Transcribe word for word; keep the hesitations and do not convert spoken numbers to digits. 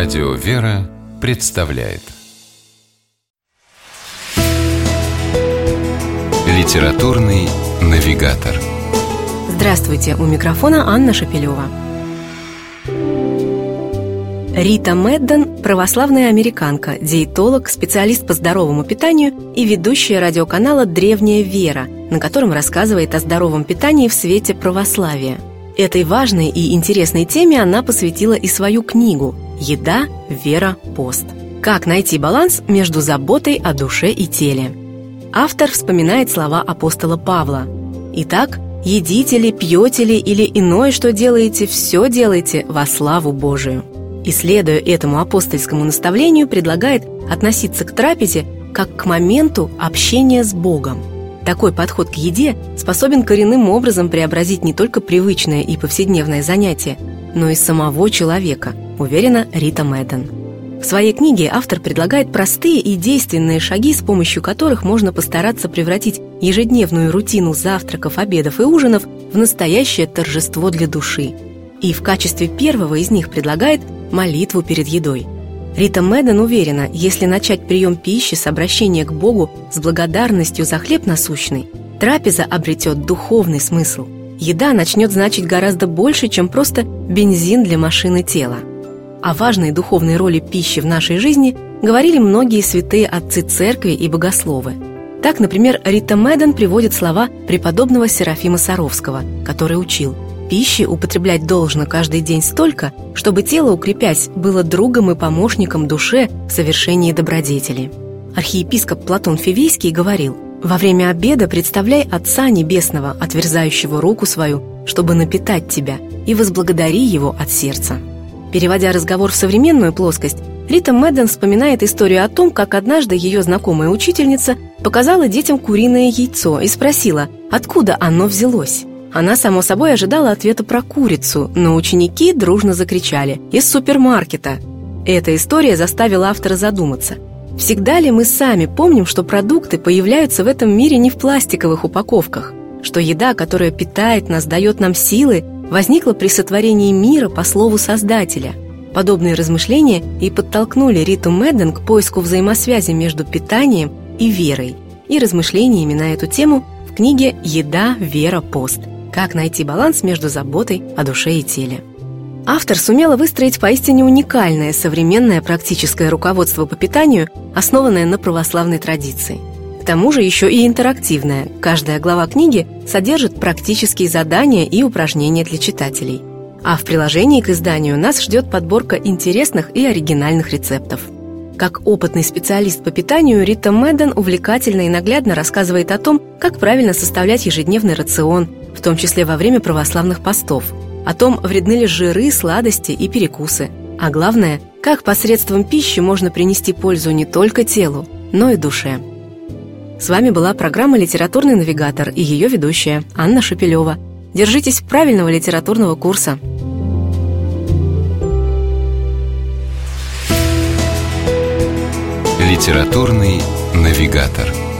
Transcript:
Радио «Вера» представляет Литературный навигатор. Здравствуйте, у микрофона Анна Шапилева. Рита Мэдден – православная американка, диетолог, специалист по здоровому питанию и ведущая радиоканала «Древняя вера», на котором рассказывает о здоровом питании в свете православия. Этой важной и интересной теме она посвятила и свою книгу «Еда, вера, пост». Как найти баланс между заботой о душе и теле. Автор вспоминает слова апостола Павла: «Итак, едите ли, пьете ли или иное, что делаете, все делайте во славу Божию». И, следуя этому апостольскому наставлению, предлагает относиться к трапезе как к моменту общения с Богом. Такой подход к еде способен коренным образом преобразить не только привычное и повседневное занятие, но и самого человека, уверена Рита Мэдден. В своей книге автор предлагает простые и действенные шаги, с помощью которых можно постараться превратить ежедневную рутину завтраков, обедов и ужинов в настоящее торжество для души. И в качестве первого из них предлагает молитву перед едой. Рита Мэдден уверена, если начать прием пищи с обращения к Богу с благодарностью за хлеб насущный, трапеза обретет духовный смысл. Еда начнет значить гораздо больше, чем просто бензин для машины тела. О важной духовной роли пищи в нашей жизни говорили многие святые отцы церкви и богословы. Так, например, Рита Мэдден приводит слова преподобного Серафима Саровского, который учил: «Пищи употреблять должно каждый день столько, чтобы тело, укрепясь, было другом и помощником душе в совершении добродетели». Архиепископ Платон Фивийский говорил: «Во время обеда представляй Отца Небесного, отверзающего руку свою, чтобы напитать тебя, и возблагодари Его от сердца». Переводя разговор в современную плоскость, Рита Мэдден вспоминает историю о том, как однажды ее знакомая учительница показала детям куриное яйцо и спросила, откуда оно взялось. Она, само собой, ожидала ответа про курицу, но ученики дружно закричали: «Из супермаркета!». Эта история заставила автора задуматься. Всегда ли мы сами помним, что продукты появляются в этом мире не в пластиковых упаковках? Что еда, которая питает нас, дает нам силы, возникла при сотворении мира по слову Создателя? Подобные размышления и подтолкнули Риту Мэдден к поиску взаимосвязи между питанием и верой, и размышлениями на эту тему в книге «Еда, вера, пост». Как найти баланс между заботой о душе и теле. Автор сумела выстроить поистине уникальное современное практическое руководство по питанию, основанное на православной традиции. К тому же еще и интерактивное. Каждая глава книги содержит практические задания и упражнения для читателей. А в приложении к изданию нас ждет подборка интересных и оригинальных рецептов. Как опытный специалист по питанию, Рита Мэдден увлекательно и наглядно рассказывает о том, как правильно составлять ежедневный рацион, в том числе во время православных постов, о том, вредны ли жиры, сладости и перекусы, а главное, как посредством пищи можно принести пользу не только телу, но и душе. С вами была программа «Литературный навигатор» и ее ведущая Анна Шапилева. Держитесь правильного литературного курса. Литературный навигатор.